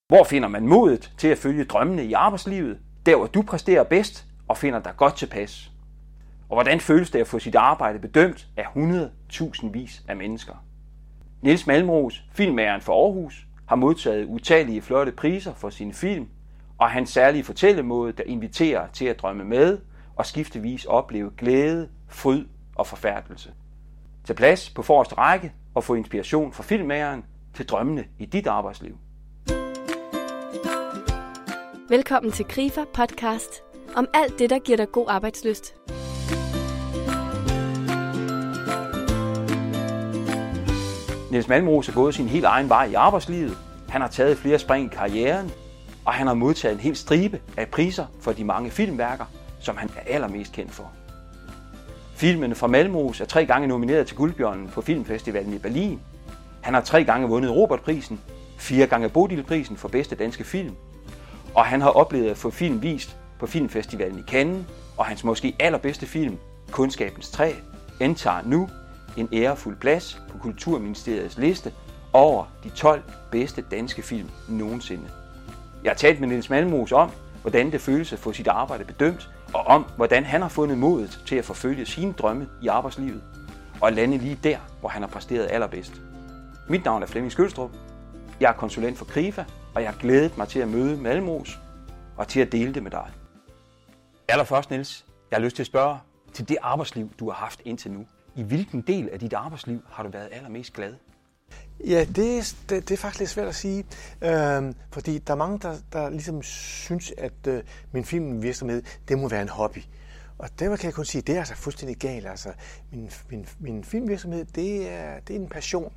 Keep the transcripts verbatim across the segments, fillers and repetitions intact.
Hvor finder man modet til at følge drømmene i arbejdslivet, der hvor du præsterer bedst og finder dig godt tilpas? Og hvordan føles det at få sit arbejde bedømt af hundredtusindvis af mennesker? Niels Malmros, filmmageren fra Aarhus, har modtaget utallige flotte priser for sine film, og hans særlige fortællemåde, der inviterer til at drømme med og skiftevis opleve glæde, fryd og forfærdelse. Tag plads på forreste række og få inspiration fra filmmageren til drømmene i dit arbejdsliv. Velkommen til Grifer podcast om alt det, der giver dig god arbejdslyst. Niels Malmros har gået sin helt egen vej i arbejdslivet. Han har taget flere spring i karrieren, og han har modtaget en hel stribe af priser for de mange filmværker, som han er allermest kendt for. Filmene fra Malmros er tre gange nomineret til Guldbjørnen på Filmfestivalen i Berlin. Han har tre gange vundet Robertprisen, fire gange Bodilprisen for bedste danske film, og han har oplevet at få film vist på Filmfestivalen i Cannes, og hans måske allerbedste film, Kundskabens Træ, indtager nu en ærefuld plads på Kulturministeriets liste over de tolv bedste danske film nogensinde. Jeg har talt med Niels Malmros om, hvordan det føles at få sit arbejde bedømt, og om, hvordan han har fundet modet til at forfølge sine drømme i arbejdslivet, og lande lige der, hvor han har præsteret allerbedst. Mit navn er Flemming Skølstrup. Jeg er konsulent for Grifa, og jeg har glædet mig til at møde Malmros og til at dele det med dig. Allerførst, Niels, jeg har lyst til at spørge til det arbejdsliv, du har haft indtil nu. I hvilken del af dit arbejdsliv har du været allermest glad? Ja, det er, det, det er faktisk lidt svært at sige, øh, fordi der er mange, der, der ligesom synes, at øh, min filmvirksomhed, det må være en hobby. Og det kan jeg kun sige, det er altså fuldstændig galt. Altså, min, min, min filmvirksomhed, det er, det er en passion.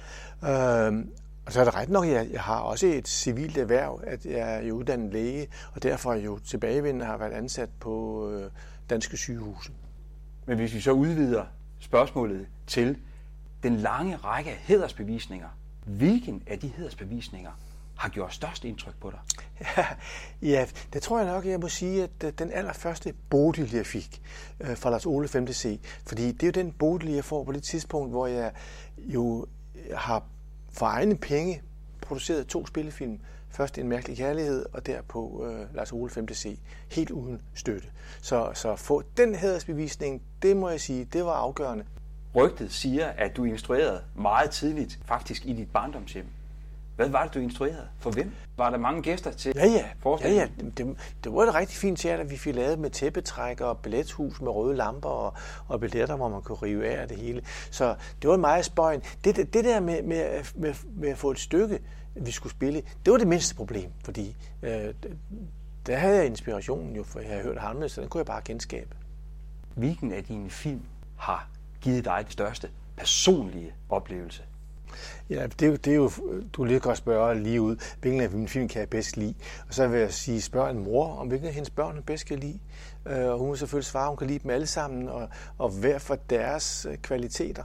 Øh, og så er det ret nok, at jeg, jeg har også et civilt erhverv, at jeg er jo uddannet læge, og derfor jo tilbagevendende har været ansat på øh, danske sygehuse. Men hvis vi så udvider spørgsmålet til den lange række af hædersbevisninger, hvilken af de hædersbevisninger har gjort størst indtryk på dig? Ja, ja, det tror jeg nok, jeg må sige, at den allerførste Bodil, jeg fik øh, fra Lars Ole femte C, fordi det er jo den Bodil, jeg får på det tidspunkt, hvor jeg jo har for egne penge produceret to spillefilm. Først En Mærkelig Kærlighed, og derpå øh, Lars Ole femte C, helt uden støtte. Så, så få den hædersbevisning, det må jeg sige, det var afgørende. Rygtet siger, at du instruerede meget tidligt, faktisk i dit barndomshjem. Hvad var det, du instruerede? For hvem? Var der mange gæster til ja, ja. forestillingen? Ja, ja. Det, det var et rigtig fint teater, vi fik lavet med tæppetrækker og billethus med røde lamper og, og billetter, hvor man kunne rive af det hele. Så det var meget spøjn. Det, det, det der med, med, med, med at få et stykke, vi skulle spille, det var det mindste problem, fordi øh, der havde jeg inspirationen jo, for jeg havde hørt Hamlet, så den kunne jeg bare genskabe. Hvilken af dine film har givet dig det største personlige oplevelse? Ja, det er, jo, det er jo, du lige godt spørge lige ud, hvilken af mine film kan jeg bedst lide. Og så vil jeg sige, spørg en mor, om hvilken af hendes børn hun bedst kan lide. Og hun vil selvfølgelig svare, hun kan lide dem alle sammen, og, og hver for deres kvaliteter.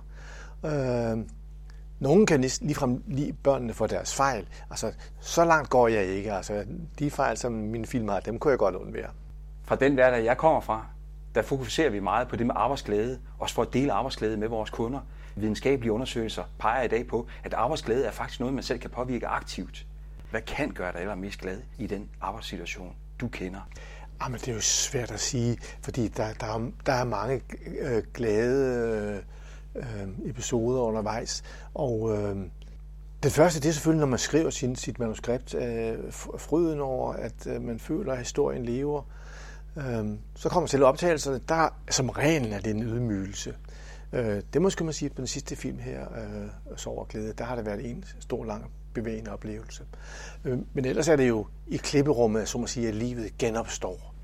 Øh, Nogle kan ligefrem lide børnene for deres fejl. Altså, så langt går jeg ikke. Altså, de fejl, som mine film har, dem kunne jeg godt undvære. Fra den hverdag, jeg kommer fra, der fokuserer vi meget på det med arbejdsglæde, også for at dele arbejdsglæde med vores kunder. Videnskabelige undersøgelser peger i dag på, at arbejdsglæde er faktisk noget, man selv kan påvirke aktivt. Hvad kan gøre dig allermest glad i den arbejdssituation, du kender? Jamen, det er jo svært at sige, fordi der, der, er, der er mange øh, glade øh, episoder undervejs. Og øh, den første, det er selvfølgelig, når man skriver sin, sit manuskript, øh, fryden over, at øh, man føler, at historien lever. Øh, så kommer til optagelserne, der som regel er det en ydmygelse. Det måske man sige på den sidste film her, øh, Sorg og Glæde, der har det været en stor, lang, bevægende oplevelse. Øh, men ellers er det jo i klipperummet, som man siger, at livet genopstår.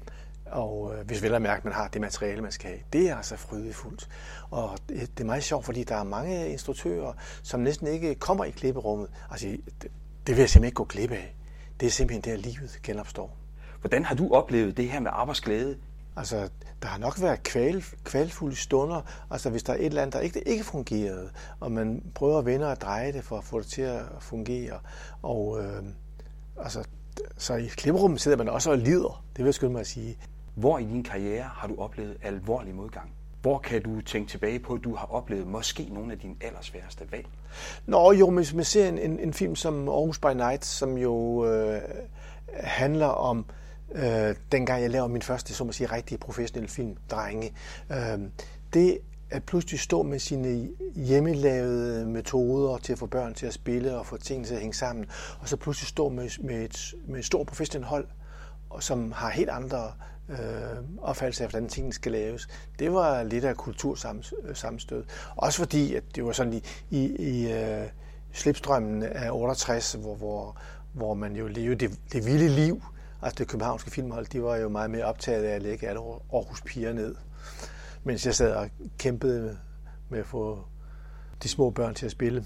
Og øh, hvis vel at mærke, at man har det materiale, man skal have, det er altså frydefuldt. Og det, det er meget sjovt, fordi der er mange instruktører, som næsten ikke kommer i klipperummet. Altså, det, det vil jeg simpelthen ikke gå glip af. Det er simpelthen der, livet genopstår. Hvordan har du oplevet det her med arbejdsglæde? Altså, der har nok været kval, kvalfulde stunder, altså hvis der er et eller andet, der ikke, ikke fungerede, og man prøver at vende og dreje det for at få det til at fungere. Og øh, altså, så i klipperummet sidder man også og lider, det vil jeg skynde mig at sige. Hvor i din karriere har du oplevet alvorlig modgang? Hvor kan du tænke tilbage på, at du har oplevet måske nogle af dine allersværeste valg? Nå jo, hvis man ser en, en, en film som Aarhus by Night, som jo øh, handler om øh, dengang jeg lavede min første, så må sige, rigtige professionelle film, Drenge. Øh, det at pludselig stå med sine hjemmelavede metoder til at få børn til at spille og få tingene til at hænge sammen, og så pludselig stå med, med, et, med et stort professionelt hold, som har helt andre øh, opfattelser af, hvordan tingene skal laves. Det var lidt af kultursammenstød. Også fordi, at det var sådan i, i, i uh, slipstrømmen af otteogtres, hvor, hvor, hvor man jo levede det, det vilde liv. Altså det københavnske filmhold, de var jo meget mere optaget af at lægge alle Aarhus piger ned, mens jeg sad og kæmpede med at få de små børn til at spille.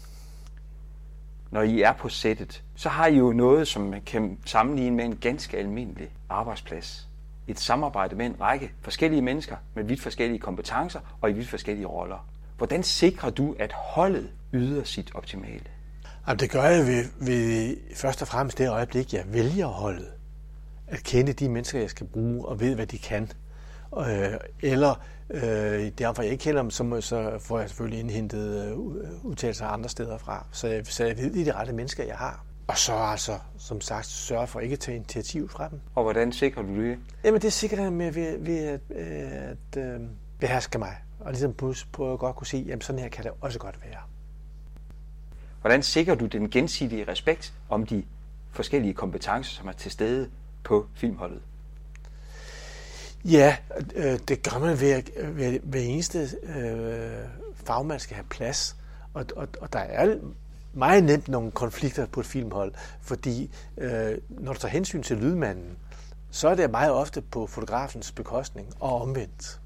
Når I er på sættet, så har I jo noget, som man kan sammenligne med en ganske almindelig arbejdsplads. Et samarbejde med en række forskellige mennesker med vidt forskellige kompetencer og i vidt forskellige roller. Hvordan sikrer du, at holdet yder sit optimale? Jamen, det gør jeg ved, ved først og fremmest det øjeblik, jeg vælger holdet. At kende de mennesker, jeg skal bruge, og ved, hvad de kan. Øh, eller øh, i det omfang, jeg ikke kender dem, så, må, så får jeg selvfølgelig indhentet øh, udtalelser andre steder fra. Så jeg, så jeg ved, de er de rette mennesker, jeg har. Og så altså, som sagt, sørge for ikke at tage initiativ fra dem. Og hvordan sikrer du det? Jamen, det er sikkert med ved, ved at, at øh, beherske mig. Og ligesom på at godt kunne se, jamen sådan her kan det også godt være. Hvordan sikrer du den gensidige respekt om de forskellige kompetencer, som er til stede på filmholdet? Ja, øh, det gør man ved, at ved, ved eneste øh, fagmand skal have plads. Og, og, og der er meget nemt nogle konflikter på et filmhold, fordi øh, når du tager hensyn til lydmanden, så er det meget ofte på fotografens bekostning og omvendt.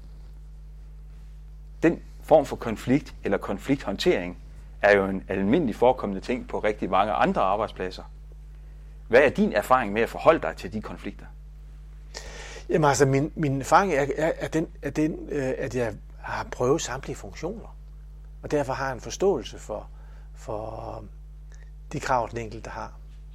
Den form for konflikt eller konflikthåndtering er jo en almindelig forekommende ting på rigtig mange andre arbejdspladser. Hvad er din erfaring med at forholde dig til de konflikter? Jamen altså, min, min erfaring er, er, er, den, er den, at jeg har prøvet samtlige funktioner, og derfor har jeg en forståelse for, for de krav, den enkelte har.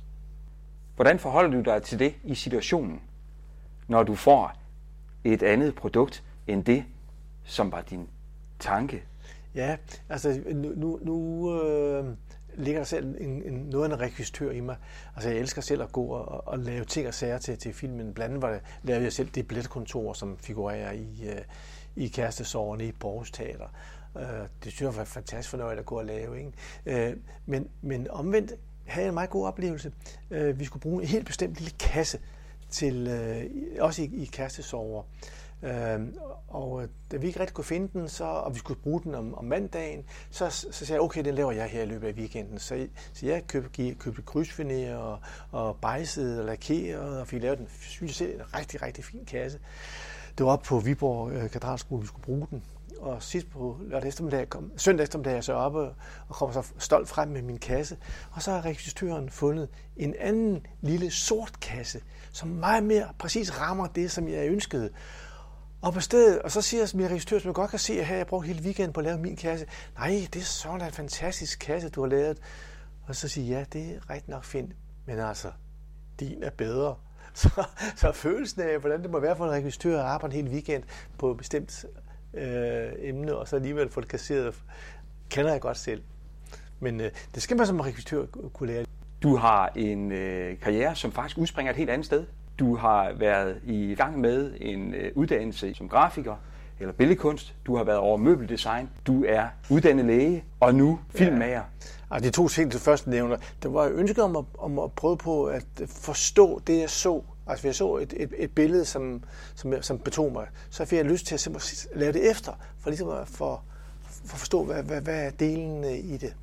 Hvordan forholder du dig til det i situationen, når du får et andet produkt end det, som var din tanke? Ja, altså nu, nu, nu øh, ligger der selv en, en, noget af en rekvisitør i mig. Altså jeg elsker selv at gå og, og lave ting og sager til, til filmen. Blandt andet var det, lavede jeg selv det billetkontor, som figurerer i, øh, i Kærestesorgerne i Borges Teater. Øh, det synes jeg var fantastisk fornøjeligt at gå og lave. Ikke? Øh, men, men omvendt havde jeg en meget god oplevelse. Øh, vi skulle bruge en helt bestemt lille kasse, til, øh, også i, i Kærestesorger. Øh, og da vi ikke rigtig kunne finde den, så, og vi skulle bruge den om, om mandagen, så, så sagde jeg, okay, den laver jeg her i løbet af weekenden. Så, så jeg købte, købte krydsvenér og, og bejsede og lakeret, og fik lavet den, synes jeg selv, en rigtig, rigtig fin kasse. Det var oppe på Viborg øh, Katedralskole, vi skulle bruge den. Og sidst på lørdag eftermiddag, kom, søndag eftermiddag, jeg så oppe og kom så stolt frem med min kasse. Og så har rekvisitøren fundet en anden lille sort kasse, som meget mere præcis rammer det, som jeg ønskede. Og på stedet, og så siger min regissør, som jeg godt kan se, at jeg brugt hele weekenden på at lave min kasse. Nej, det er sådan en fantastisk kasse, du har lavet. Og så siger jeg, ja, det er rigtig nok fint, men altså, din er bedre. Så, så følelsen af, hvordan det må være for en regissør at arbejde en hel weekend på et bestemt øh, emne, og så alligevel få det kasseret, kender jeg godt selv. Men øh, det skal man som regissør kunne lære. Du har en øh, karriere, som faktisk udspringer et helt andet sted. Du har været i gang med en øh, uddannelse som grafiker eller billedkunst. Du har været over møbeldesign. Du er uddannet læge og nu filmmager. Ja. De to ting, du først nævner, det var ønsket om at, om at prøve på at forstå det, jeg så. Altså, hvis jeg så et, et, et billede, som, som, som betog mig, så fik jeg lyst til at simpelthen lave det efter, for ligesom at for, for forstå, hvad, hvad, hvad er delen i det.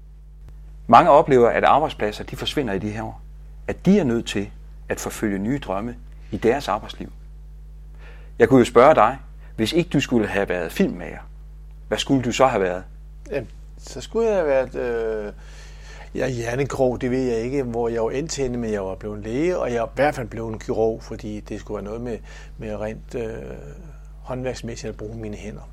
Mange oplever, at arbejdspladser de forsvinder i de her år. At de er nødt til at forfølge nye drømme i deres arbejdsliv. Jeg kunne jo spørge dig, hvis ikke du skulle have været filmmager, hvad skulle du så have været? Jamen, så skulle jeg have været øh, ja, hjernekrog, det ved jeg ikke, hvor jeg var indtændt, men jeg var blevet læge, og jeg var i hvert fald blevet en kirurg, fordi det skulle være noget med, med rent øh, håndværksmæssigt at bruge mine hænder.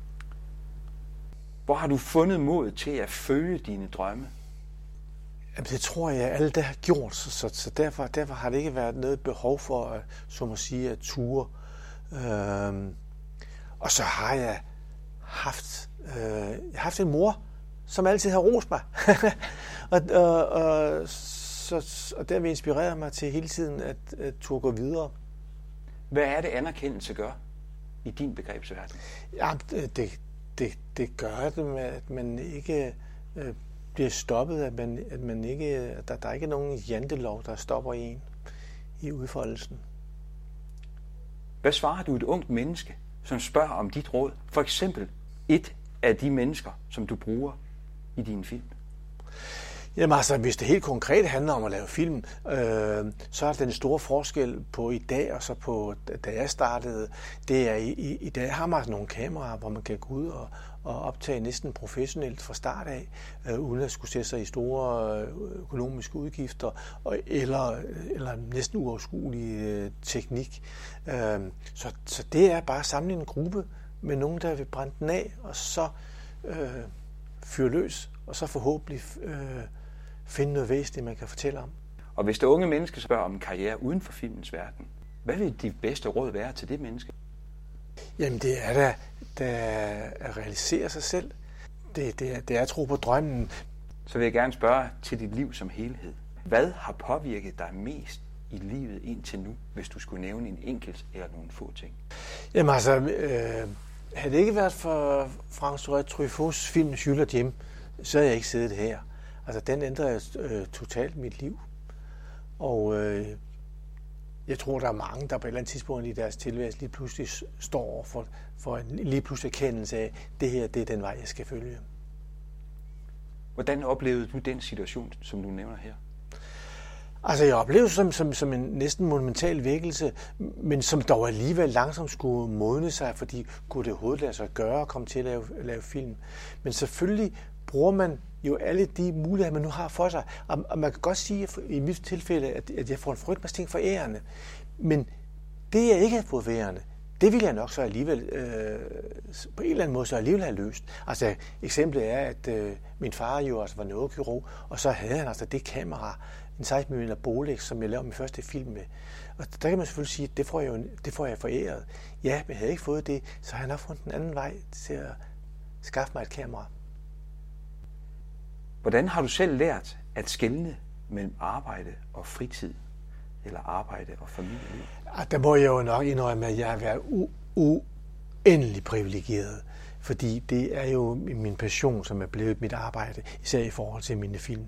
Hvor har du fundet mod til at følge dine drømme? Jamen, det tror jeg, alle der har gjort, så, så, så derfor, derfor har det ikke været noget behov for, at, som at sige, at ture. Øhm, Og så har jeg haft, øh, jeg har haft en mor, som altid har rost mig. og, og, og, så, og derved inspireret mig til hele tiden at, at turde gå videre. Hvad er det, anerkendelse gør i din begrebsverden? Ja, det, det, det gør det med, at man ikke øh, bliver stoppet, at man, at man ikke, der, der er ikke nogen jantelov, der stopper en i udfoldelsen. Hvad svarer du et ungt menneske, som spørger om dit råd? For eksempel et af de mennesker, som du bruger i dine film. Jamen altså, hvis det helt konkret handler om at lave film, øh, så er den store forskel på i dag og så på da jeg startede. Det er i, i, i dag har man nogle kameraer, hvor man kan gå ud og, og optage næsten professionelt fra start af, øh, uden at skulle sætte sig i store økonomiske udgifter og, eller, eller næsten uoverskuelig øh, teknik. Øh, så, så det er bare at samle en gruppe med nogen, der vil brænde den af, og så øh, fyre løs, og så forhåbentlig øh, finde noget væsentligt, man kan fortælle om. Og hvis det unge menneske spørger om en karriere uden for filmens verden, hvad vil de bedste råd være til det menneske? Jamen det er da, da at realisere sig selv. Det, det, er, det er at tro på drømmen. Så vil jeg gerne spørge til dit liv som helhed. Hvad har påvirket dig mest i livet indtil nu, hvis du skulle nævne en enkelt eller nogle få ting? Jamen altså, øh, havde det ikke været for François Truffaut's film Jules og Jim, så havde jeg ikke siddet her. Altså, den ændrede øh, totalt mit liv. Og øh, jeg tror, der er mange, der på et eller andet tidspunkt i deres tilværelse lige pludselig står for, for en lige pludselig erkendelse af, at det her, det er den vej, jeg skal følge. Hvordan oplevede du den situation, som du nævner her? Altså, jeg oplevede det som, som, som en næsten monumental vækkelse, men som dog alligevel langsomt skulle modne sig, fordi kunne det overhovedet lade sig gøre at komme til at lave, lave film. Men selvfølgelig bruger man jo alle de muligheder, man nu har for sig. Og, og man kan godt sige i mit tilfælde, at, at jeg får en frygtelig masse ting for ærende. Men det, jeg ikke har fået værende, det ville jeg nok så alligevel, øh, på en eller anden måde, så alligevel have løst. Altså, eksemplet er, at øh, min far jo altså var neurokirurg, og så havde han altså det kamera, en seksten millimeter Bolex, som jeg lavede min første film med. Og der kan man selvfølgelig sige, at det får jeg, jo, det får jeg foræret. Ja, men jeg havde ikke fået det, så har jeg nok fundet en anden vej til at skaffe mig et kamera. Hvordan har du selv lært at skelne mellem arbejde og fritid, eller arbejde og familieliv? Der må jeg jo nok indrømme, at jeg har været u- uendelig privilegeret, fordi det er jo min passion, som er blevet mit arbejde, især i forhold til mine film.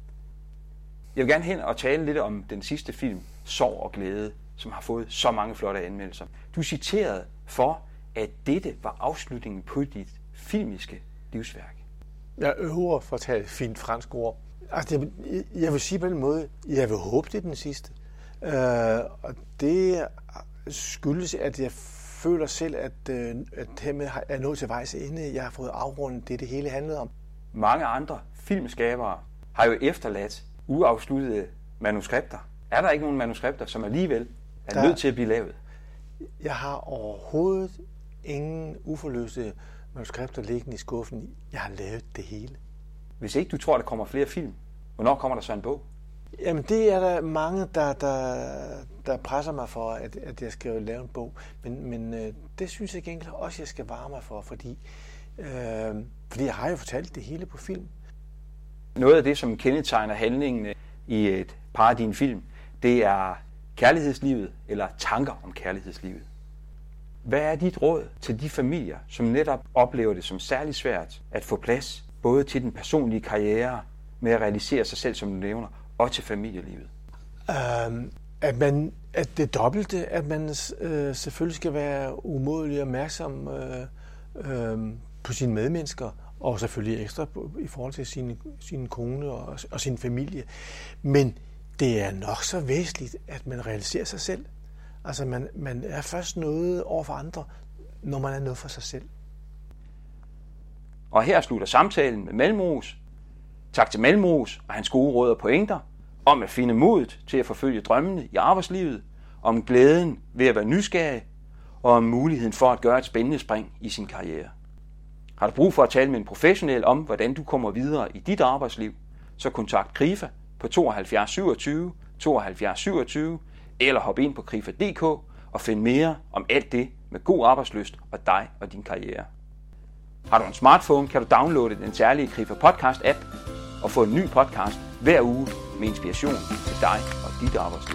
Jeg vil gerne hen og tale lidt om den sidste film, Sorg og Glæde, som har fået så mange flotte anmeldelser. Du citerede for, at dette var afslutningen på dit filmiske livsværk. Jeg øver for at tage et fint fransk ord. Altså, jeg, jeg vil sige på den måde, jeg vil håbe, det er den sidste. Uh, og det skyldes, at jeg føler selv, at, uh, at hermed er jeg nået til vejs ende. Jeg har fået afrundet det, det hele handlede om. Mange andre filmskabere har jo efterladt uafsluttede manuskripter. Er der ikke nogen manuskripter, som alligevel er der, nødt til at blive lavet? Jeg har overhovedet ingen uforløste manuskripter liggende i skuffen. Jeg har lavet det hele. Hvis ikke du tror, der kommer flere film, hvornår kommer der så en bog? Jamen, det er der mange, der, der, der presser mig for, at, at jeg skal lave en bog. Men, men øh, det synes jeg gengæld også, jeg skal vare mig for, fordi, øh, fordi jeg har jo fortalt det hele på film. Noget af det, som kendetegner handlingen i et par af dine film, det er kærlighedslivet eller tanker om kærlighedslivet. Hvad er dit råd til de familier, som netop oplever det som særlig svært at få plads, både til den personlige karriere med at realisere sig selv, som du nævner, og til familielivet? Um, at, man, at det dobbelte, at man øh, selvfølgelig skal være umådelig opmærksom øh, øh, på sine medmennesker, og selvfølgelig ekstra på, i forhold til sin, sin kone og, og sin familie. Men det er nok så væsentligt, at man realiserer sig selv. Altså, man, man er først noget over for andre, når man er noget for sig selv. Og her slutter samtalen med Malmros. Tak til Malmros og hans gode råd og pointer om at finde modet til at forfølge drømmene i arbejdslivet, om glæden ved at være nysgerrig og om muligheden for at gøre et spændende spring i sin karriere. Har du brug for at tale med en professionel om, hvordan du kommer videre i dit arbejdsliv, så kontakt Krifa på tooghalvfjerds syvogtyve tooghalvfjerds syvogtyve eller hop ind på krifa punktum d k og find mere om alt det, med god arbejdslyst og dig og din karriere. Har du en smartphone, kan du downloade den særlige Krifa Podcast app og få en ny podcast hver uge med inspiration til dig og dit arbejdsliv.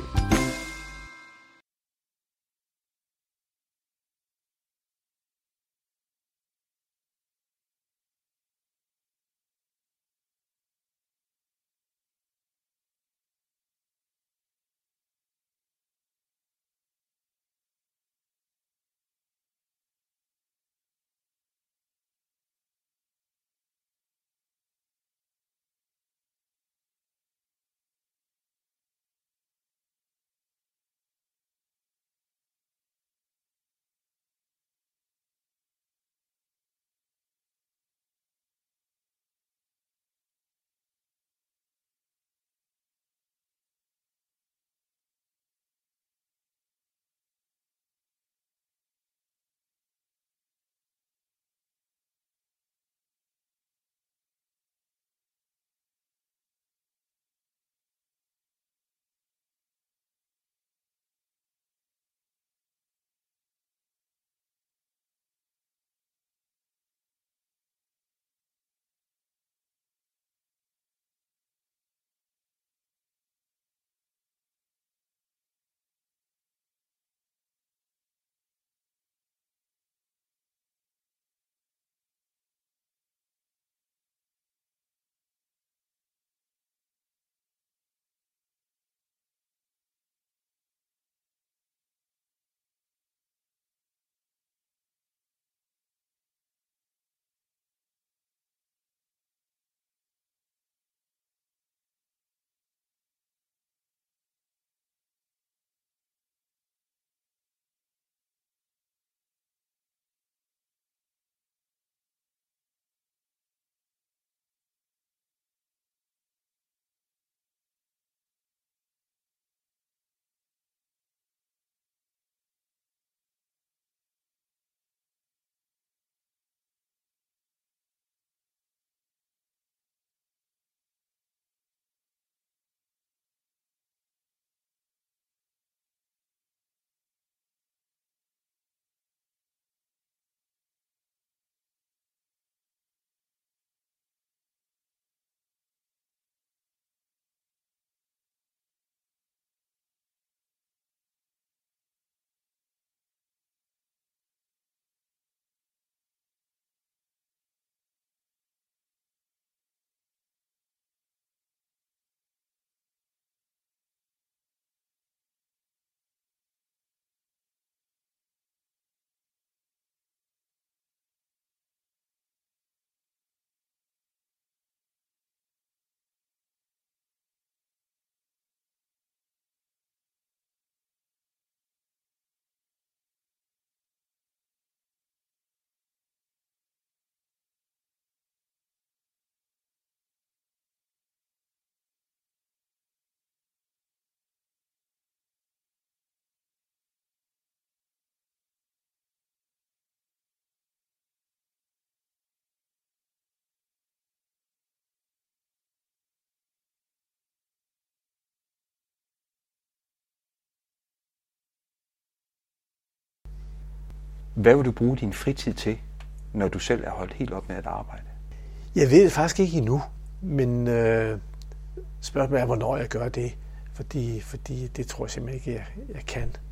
Hvad vil du bruge din fritid til, når du selv er holdt helt op med at arbejde? Jeg ved det faktisk ikke endnu, men øh, spørgsmålet er, hvornår jeg gør det, fordi, fordi det tror jeg simpelthen ikke, jeg, jeg kan.